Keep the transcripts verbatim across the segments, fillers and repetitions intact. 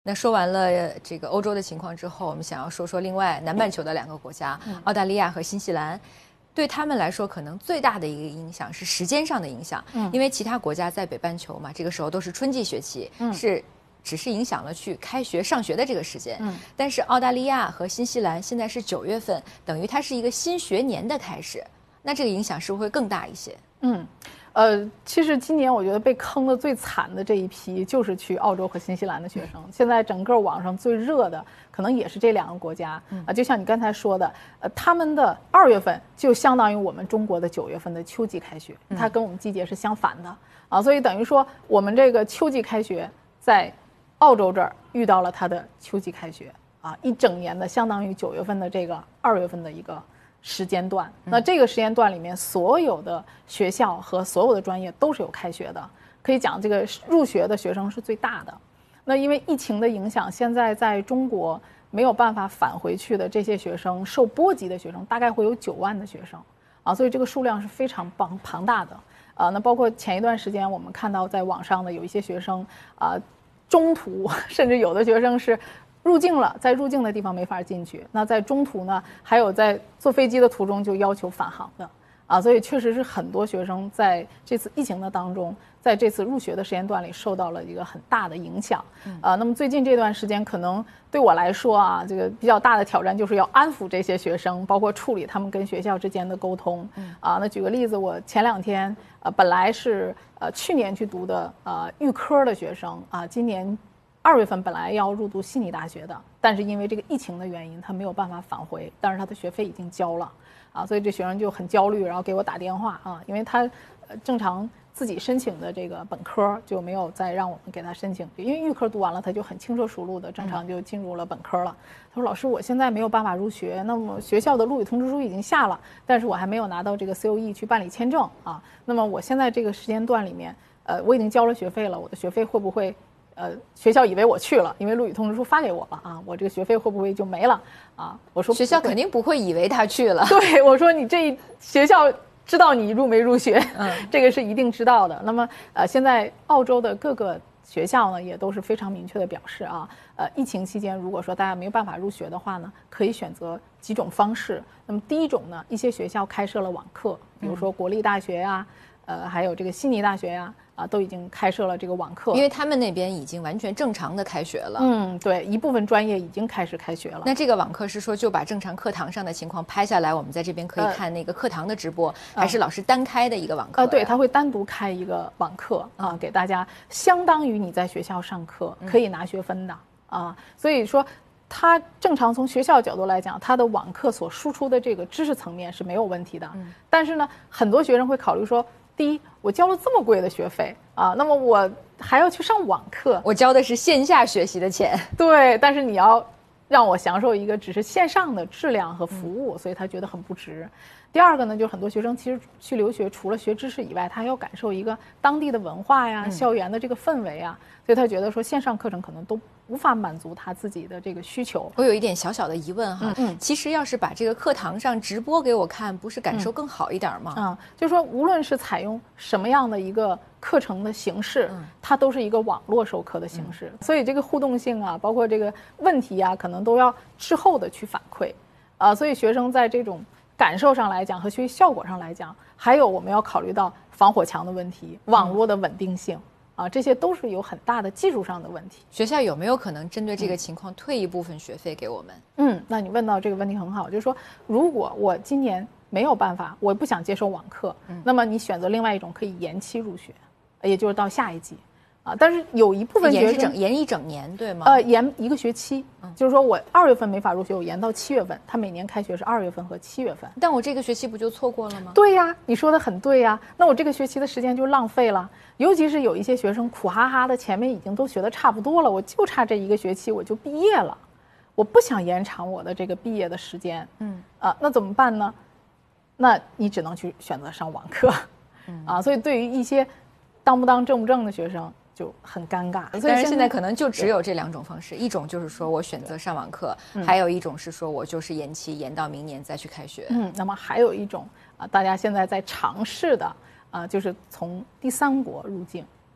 那说完了这个欧洲的情况之后，我们想要说说另外南半球的两个国家，嗯、澳大利亚和新西兰。对他们来说，可能最大的一个影响是时间上的影响，嗯、因为其他国家在北半球嘛，这个时候都是春季学期，嗯、是只是影响了去开学上学的这个时间。嗯、但是澳大利亚和新西兰现在是九月份，等于它是一个新学年的开始，那这个影响是不是会更大一些？ 嗯。呃，其实今年我觉得被坑的最惨的这一批就是去澳洲和新西兰的学生。现在整个网上最热的可能也是这两个国家啊，就像你刚才说的，呃，他们的二月份就相当于我们中国的九月份的秋季开学，它跟我们季节是相反的啊，所以等于说我们这个秋季开学在澳洲这儿遇到了它的秋季开学啊，一整年的相当于九月份的这个二月份的一个时间段，那这个时间段里面，所有的学校和所有的专业都是有开学的，可以讲这个入学的学生是最大的。那因为疫情的影响，现在在中国没有办法返回去的这些学生，受波及的学生大概会有九万的学生啊，所以这个数量是非常庞庞大的啊。那包括前一段时间我们看到在网上的有一些学生啊，中途甚至有的学生是入境了，在入境的地方没法进去，那在中途呢，还有在坐飞机的途中就要求返航的啊，所以确实是很多学生在这次疫情的当中，在这次入学的时间段里受到了一个很大的影响啊。那么最近这段时间，可能对我来说啊，这个比较大的挑战就是要安抚这些学生，包括处理他们跟学校之间的沟通啊。那举个例子，我前两天呃本来是呃去年去读的呃预科的学生啊，今年二月份本来要入读悉尼大学的，但是因为这个疫情的原因，他没有办法返回，但是他的学费已经交了，啊，所以这学生就很焦虑，然后给我打电话啊，因为他呃正常自己申请的这个本科就没有再让我们给他申请，因为预科读完了，他就很轻车熟路的正常就进入了本科了。他说：“老师，我现在没有办法入学，那么学校的录取通知书已经下了，但是我还没有拿到这个 C O E 去办理签证啊。那么我现在这个时间段里面，呃，我已经交了学费了，我的学费会不会？”呃，学校以为我去了，因为录取通知书发给我了啊，我这个学费会不会就没了啊？我说学校肯定不会以为他去了。 对，我说你这学校知道你入没入学，嗯，这个是一定知道的。那么呃，现在澳洲的各个学校呢也都是非常明确的表示啊，呃，疫情期间如果说大家没有办法入学的话呢，可以选择几种方式。那么第一种呢，一些学校开设了网课，比如说国立大学呀、啊，呃，还有这个悉尼大学呀、啊。啊，都已经开设了这个网课， 因为他们那边已经完全正常的开学了。 嗯，对，一部分专业已经开始开学了。 那这个网课是说就把正常课堂上的情况拍下来，我们在这边可以看那个课堂的直播，呃、还是老师单开的一个网课？ 呃，对，他会单独开一个网课啊、呃，给大家，相当于你在学校上课，可以拿学分的啊、呃。所以说，他正常从学校角度来讲，他的网课所输出的这个知识层面是没有问题的。嗯、但是呢，很多学生会考虑说。第一，我交了这么贵的学费啊，那么我还要去上网课， 我交的是线下学习的钱， 对，但是你要让我享受一个只是线上的质量和服务，嗯、所以他觉得很不值。第二个呢，就是很多学生其实去留学，除了学知识以外，他还要感受一个当地的文化呀、嗯、校园的这个氛围啊，所以他觉得说线上课程可能都无法满足他自己的这个需求。 我有一点小小的疑问哈，嗯嗯，其实要是把这个课堂上直播给我看，不是感受更好一点吗？ 嗯，就是说无论是采用什么样的一个课程的形式，嗯、它都是一个网络授课的形式，嗯、所以这个互动性啊，包括这个问题啊，可能都要滞后的去反馈啊，所以学生在这种感受上来讲和学习效果上来讲，还有我们要考虑到防火墙的问题、网络的稳定性啊，这些都是有很大的技术上的问题。 学校有没有可能针对这个情况退一部分学费给我们？ 嗯，那你问到这个问题很好，就是说，如果我今年没有办法，我不想接受网课，嗯、那么你选择另外一种可以延期入学，也就是到下一季。啊，但是有一部分学生延整延一整年，对吗？ 呃，延一个学期，嗯、就是说我二月份没法入学，我延到七月份。他每年开学是二月份和七月份， 但我这个学期不就错过了吗？ 对呀，你说的很对呀。那我这个学期的时间就浪费了。尤其是有一些学生苦哈哈的，前面已经都学得差不多了，我就差这一个学期我就毕业了，我不想延长我的这个毕业的时间。嗯，啊，那怎么办呢？那你只能去选择上网课，嗯、啊，所以对于一些当不当正不正的学生。就很尴尬， 但是现在可能就只有这两种方式，一种就是说我选择上网课，还有一种是说我就是延期延到明年再去开学。 嗯，那么还有一种啊，大家现在在尝试的啊，就是从第三国入境，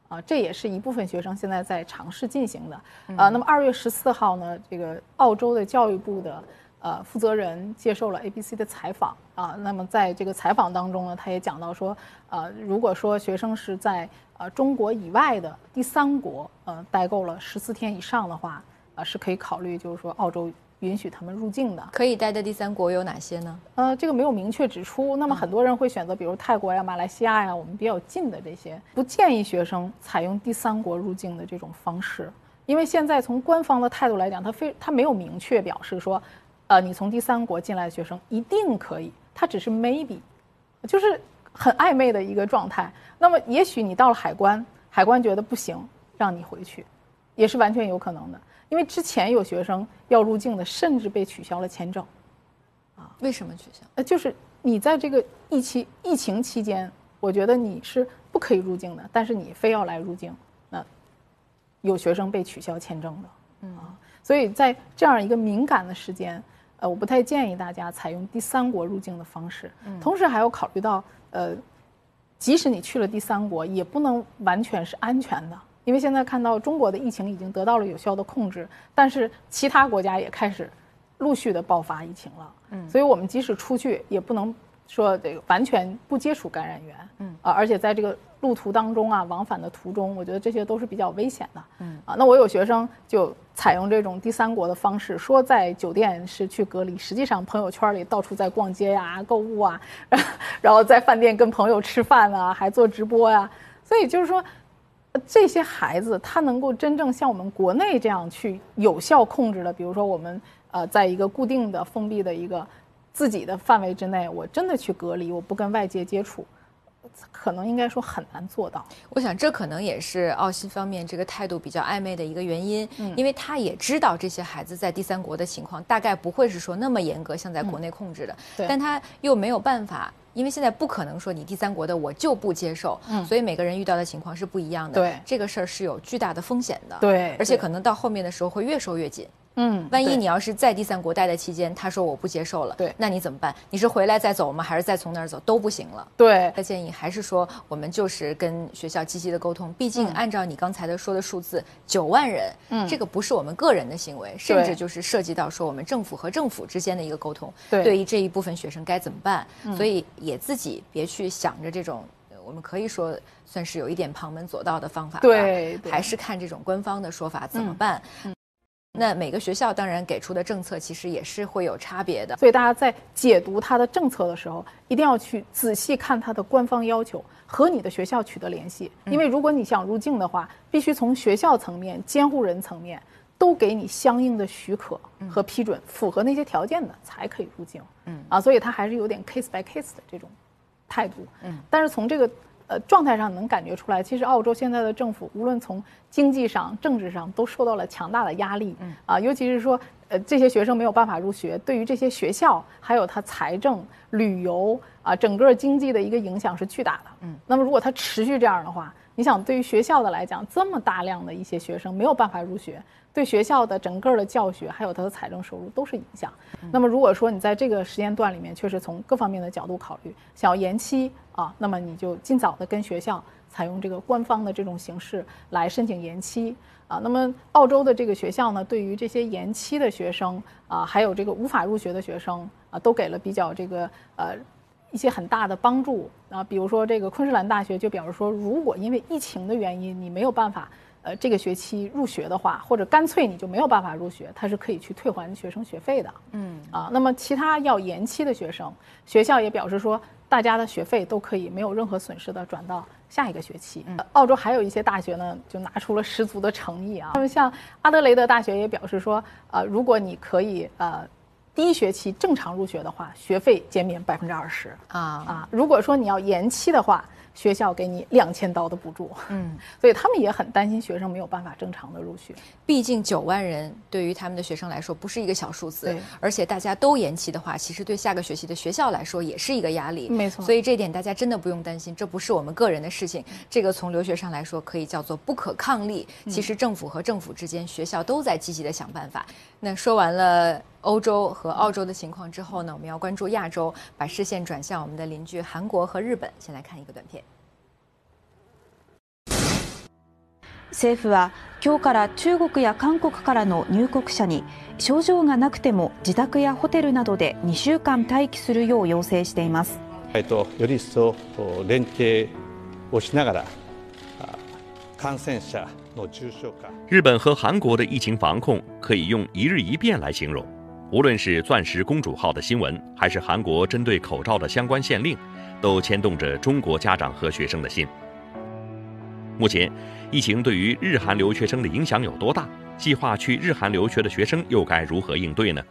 啊，这也是一部分学生现在在尝试进行的。啊，那么二月十四号呢，这个澳洲的教育部的呃负责人接受了 A B C 的采访啊。那么在这个采访当中呢，他也讲到说，呃，如果说学生是在呃中国以外的第三国呃待够了十四天以上的话，呃是可以考虑就是说澳洲允许他们入境的。 可以待的第三国有哪些呢？ 呃，这个没有明确指出。那么很多人会选择，比如泰国呀、马来西亚呀，我们比较近的这些，不建议学生采用第三国入境的这种方式，因为现在从官方的态度来讲，他非他没有明确表示说，呃，你从第三国进来的学生一定可以，他只是 maybe， 就是很暧昧的一个状态。那么也许你到了海关，海关觉得不行，让你回去，也是完全有可能的。因为之前有学生要入境的，甚至被取消了签证， 啊，为什么取消？ 呃，就是你在这个疫情疫情期间，我觉得你是不可以入境的，但是你非要来入境，那有学生被取消签证的，嗯啊，所以在这样一个敏感的时间，呃，我不太建议大家采用第三国入境的方式，嗯，同时还要考虑到，呃，即使你去了第三国，也不能完全是安全的。因为现在看到中国的疫情已经得到了有效的控制，但是其他国家也开始陆续的爆发疫情了。嗯，所以我们即使出去，也不能说这个完全不接触感染源。嗯啊，而且在这个路途当中啊，往返的途中，我觉得这些都是比较危险的。嗯啊，那我有学生就采用这种第三国的方式，说在酒店是去隔离，实际上朋友圈里到处在逛街呀、购物啊，然后在饭店跟朋友吃饭啊，还做直播呀、啊。所以就是说。这些孩子他能够真正像我们国内这样去有效控制的，比如说我们呃在一个固定的封闭的一个自己的范围之内，我真的去隔离，我不跟外界接触，可能应该说很难做到。 我想这可能也是澳新方面这个态度比较暧昧的一个原因，嗯、因为他也知道这些孩子在第三国的情况大概不会是说那么严格，像在国内控制的，嗯、但他又没有办法。因为现在不可能说你第三国的我就不接受，嗯，所以每个人遇到的情况是不一样的。 对， 这个事儿是有巨大的风险的。 对， 而且可能到后面的时候会越收越紧。 嗯， 万一你要是在第三国待的期间，他说我不接受了， 对， 那你怎么办？你是回来再走吗？还是再从那儿走？都不行了。 对， 他建议还是说我们就是跟学校积极的沟通，毕竟按照你刚才的说的数字，九万人，嗯，这个不是我们个人的行为，甚至就是涉及到说我们政府和政府之间的一个沟通。 对， 对于这一部分学生该怎么办？嗯、所以也自己别去想着这种。我们可以说算是有一点旁门左道的方法吧， 对， 还是看这种官方的说法怎么办。嗯嗯、那每个学校当然给出的政策其实也是会有差别的， 所以大家在解读它的政策的时候，一定要去仔细看它的官方要求，和你的学校取得联系。因为如果你想入境的话，必须从学校层面、监护人层面都给你相应的许可和批准，符合那些条件的才可以入境。嗯啊，所以它还是有点 case by case 的这种态度。嗯，但是从这个呃状态上能感觉出来，其实澳洲现在的政府无论从经济上、政治上都受到了强大的压力。嗯啊，尤其是说呃这些学生没有办法入学，对于这些学校还有它财政、旅游啊整个经济的一个影响是巨大的。嗯，那么如果它持续这样的话，你想对于学校的来讲，这么大量的一些学生没有办法入学，对学校的整个的教学还有它的财政收入都是影响。嗯、那么如果说你在这个时间段里面确实从各方面的角度考虑，想要延期啊，那么你就尽早的跟学校采用这个官方的这种形式来申请延期啊。那么澳洲的这个学校呢，对于这些延期的学生啊，还有这个无法入学的学生啊，都给了比较这个呃。一些很大的帮助啊，比如说这个昆士兰大学就表示说，如果因为疫情的原因你没有办法呃这个学期入学的话，或者干脆你就没有办法入学，它是可以去退还学生学费的。嗯啊，那么其他要延期的学生，学校也表示说，大家的学费都可以没有任何损失的转到下一个学期。嗯，澳洲还有一些大学呢，就拿出了十足的诚意啊。那么像阿德雷德大学也表示说，呃，如果你可以呃。第一学期正常入学的话，学费减免百分之二十啊啊！如果说你要延期的话，学校给你两千刀的补助。嗯，所以他们也很担心学生没有办法正常的入学。 毕竟九万人对于他们的学生来说不是一个小数字，而且大家都延期的话，其实对下个学期的学校来说也是一个压力。 没错， 所以这一点大家真的不用担心，这不是我们个人的事情。这个从留学上来说，可以叫做不可抗力。其实政府和政府之间，学校都在积极的想办法。那说完了欧洲和澳洲的情况之后呢，我们要关注亚洲，把视线转向我们的邻居韩国和日本。先来看一个短片。 政府は今日から中国や韓国からの入国者に症状がなくても自宅やホテルなどでにしゅうかん待機するよう要請しています。 えっと、より一層連携をしながら感染者の重症化。 日本和韩国的疫情防控可以用一日一变来形容。无论是钻石公主号的新闻，还是韩国针对口罩的相关限令，都牵动着中国家长和学生的心。目前，疫情对于日韩留学生的影响有多大？计划去日韩留学的学生又该如何应对呢？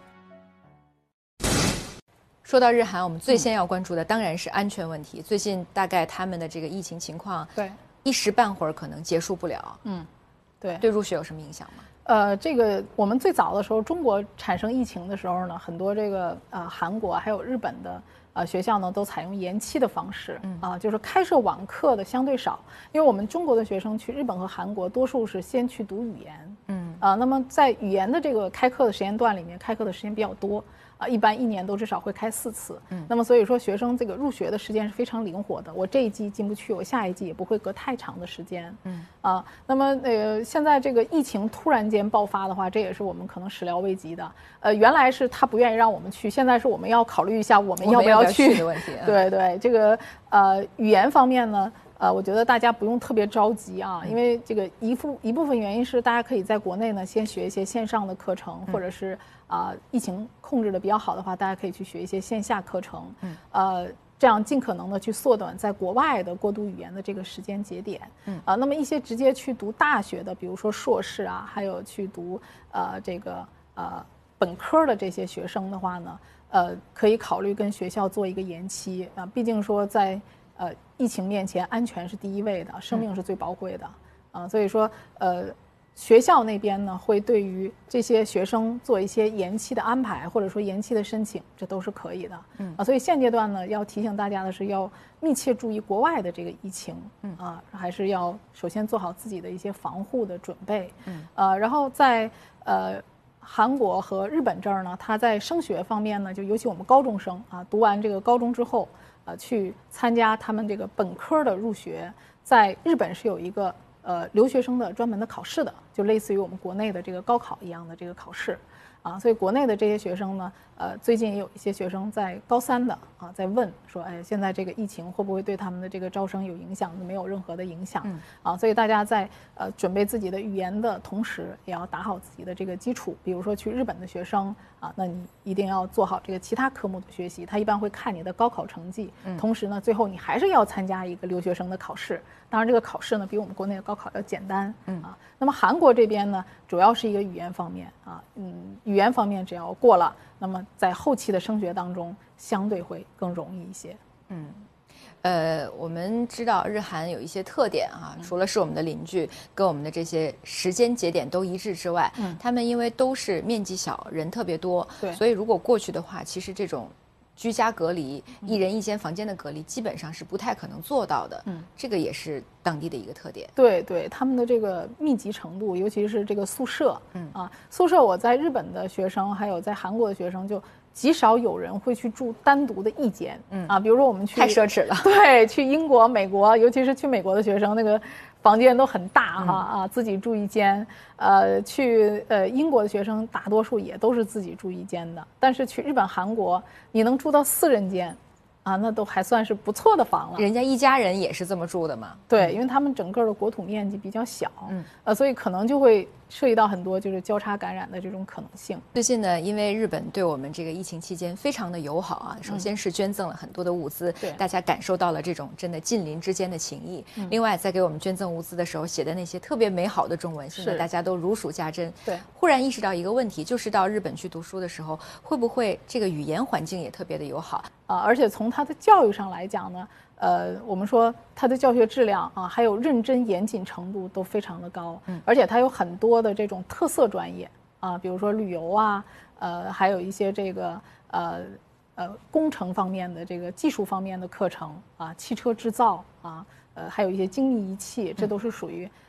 说到日韩，我们最先要关注的当然是安全问题。最近大概他们的这个疫情情况， 对， 一时半会儿可能结束不了。 嗯，对， 对入学有什么影响吗？ 呃，这个我们最早的时候，中国产生疫情的时候呢，很多这个呃韩国还有日本的呃学校呢，都采用延期的方式，嗯啊，就是开设网课的相对少，因为我们中国的学生去日本和韩国，多数是先去读语言，嗯啊，那么在语言的这个开课的时间段里面，开课的时间比较多。啊，一般一年都至少会开四次，嗯，那么所以说学生这个入学的时间是非常灵活的。我这一季进不去，我下一季也不会隔太长的时间，嗯啊，那么呃现在这个疫情突然间爆发的话，这也是我们可能始料未及的。呃，原来是他不愿意让我们去，现在是我们要考虑一下我们要不要去的问题。 对对，这个呃语言方面呢。呃，我觉得大家不用特别着急啊，因为这个一部一部分原因是大家可以在国内呢先学一些线上的课程，或者是啊、呃、疫情控制的比较好的话，大家可以去学一些线下课程，嗯，呃，这样尽可能的去缩短在国外的过渡语言的这个时间节点，嗯啊、呃，那么一些直接去读大学的，比如说硕士啊，还有去读呃这个呃本科的这些学生的话呢，呃，可以考虑跟学校做一个延期啊、呃，毕竟说在呃，疫情面前，安全是第一位的，生命是最宝贵的，啊、呃，所以说，呃，学校那边呢，会对于这些学生做一些延期的安排，或者说延期的申请，这都是可以的，嗯啊，所以现阶段呢，要提醒大家的是，要密切注意国外的这个疫情，嗯啊，还是要首先做好自己的一些防护的准备，嗯，呃，然后在呃。韩国和日本这儿呢，他在升学方面呢，就尤其我们高中生啊，读完这个高中之后，呃，去参加他们这个本科的入学，在日本是有一个呃留学生的专门的考试的，就类似于我们国内的这个高考一样的这个考试，啊，所以国内的这些学生呢，呃，最近也有一些学生在高三的啊，在问说，哎，现在这个疫情会不会对他们的这个招生有影响？没有任何的影响，嗯、啊，所以大家在呃准备自己的语言的同时，也要打好自己的这个基础。比如说去日本的学生啊，那你一定要做好这个其他科目的学习，他一般会看你的高考成绩，嗯、同时呢，最后你还是要参加一个留学生的考试。当然，这个考试呢比我们国内的高考要简单，嗯啊。那么韩国这边呢，主要是一个语言方面啊，嗯，语言方面只要过了，那么在后期的升学当中相对会更容易一些。 嗯，呃，我们知道日韩有一些特点啊，除了是我们的邻居，跟我们的这些时间节点都一致之外，嗯，他们因为都是面积小，人特别多， 对， 所以如果过去的话，其实这种居家隔离，一人一间房间的隔离，基本上是不太可能做到的。嗯，这个也是当地的一个特点。 对对，他们的这个密集程度，尤其是这个宿舍，嗯啊，宿舍我在日本的学生，还有在韩国的学生，就极少有人会去住单独的一间。嗯啊，比如说我们去太奢侈了。 对，去英国、美国，尤其是去美国的学生，那个房间都很大哈、嗯、啊，自己住一间。呃，去呃英国的学生大多数也都是自己住一间的，但是去日本、韩国，你能住到四人间，啊，那都还算是不错的房了。 人家一家人也是这么住的嘛？ 对，因为他们整个的国土面积比较小，嗯，呃，所以可能就会涉及到很多就是交叉感染的这种可能性。 最近呢，因为日本对我们这个疫情期间非常的友好啊，首先是捐赠了很多的物资， 对、嗯， 大家感受到了这种真的近邻之间的情谊。嗯、另外，在给我们捐赠物资的时候写的那些特别美好的中文，现在大家都如数家珍。 对， 忽然意识到一个问题，就是到日本去读书的时候，会不会这个语言环境也特别的友好啊？而且从他的教育上来讲呢？呃，我们说它的教学质量啊，还有认真严谨程度都非常的高，嗯，而且它有很多的这种特色专业啊，比如说旅游啊，呃，还有一些这个呃呃工程方面的这个技术方面的课程啊，汽车制造啊，呃，还有一些精密仪器，这都是属于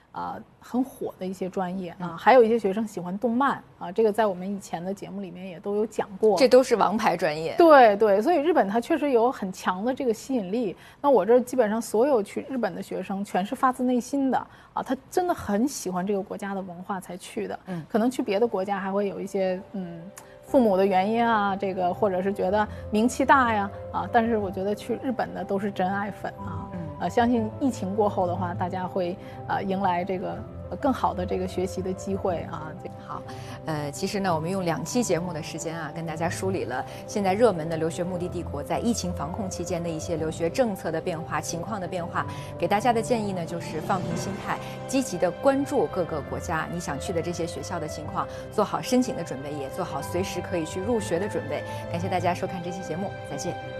啊、呃、很火的一些专业啊，还有一些学生喜欢动漫啊，这个在我们以前的节目里面也都有讲过， 这都是王牌专业。 对对，所以日本它确实有很强的这个吸引力。那我这基本上所有去日本的学生全是发自内心的啊，他真的很喜欢这个国家的文化才去的。嗯，可能去别的国家还会有一些嗯。父母的原因啊，这个或者是觉得名气大呀，啊，但是我觉得去日本的都是真爱粉啊，嗯，呃，相信疫情过后的话，大家会呃迎来这个更好的这个学习的机会啊。 好，呃，其实呢，我们用两期节目的时间啊，跟大家梳理了现在热门的留学目的地国在疫情防控期间的一些留学政策的变化、情况的变化。给大家的建议呢，就是放平心态，积极的关注各个国家你想去的这些学校的情况，做好申请的准备，也做好随时可以去入学的准备。感谢大家收看这期节目，再见。